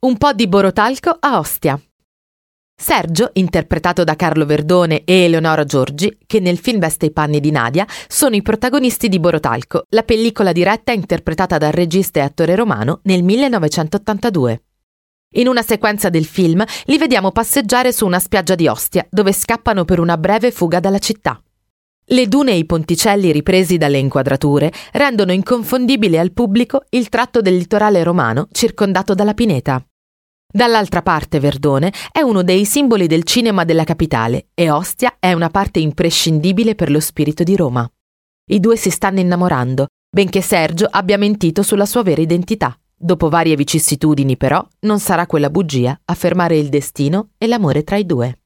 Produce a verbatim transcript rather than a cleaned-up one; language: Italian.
Un po' di borotalco a Ostia. Sergio, interpretato da Carlo Verdone e Eleonora Giorgi, che nel film veste i panni di Nadia, sono i protagonisti di Borotalco, la pellicola diretta interpretata dal regista e attore romano nel millenovecentottantadue. In una sequenza del film li vediamo passeggiare su una spiaggia di Ostia, dove scappano per una breve fuga dalla città. Le dune e i ponticelli ripresi dalle inquadrature rendono inconfondibile al pubblico il tratto del litorale romano circondato dalla pineta. Dall'altra parte Verdone è uno dei simboli del cinema della capitale e Ostia è una parte imprescindibile per lo spirito di Roma. I due si stanno innamorando, benché Sergio abbia mentito sulla sua vera identità. Dopo varie vicissitudini, però, non sarà quella bugia a fermare il destino e l'amore tra i due.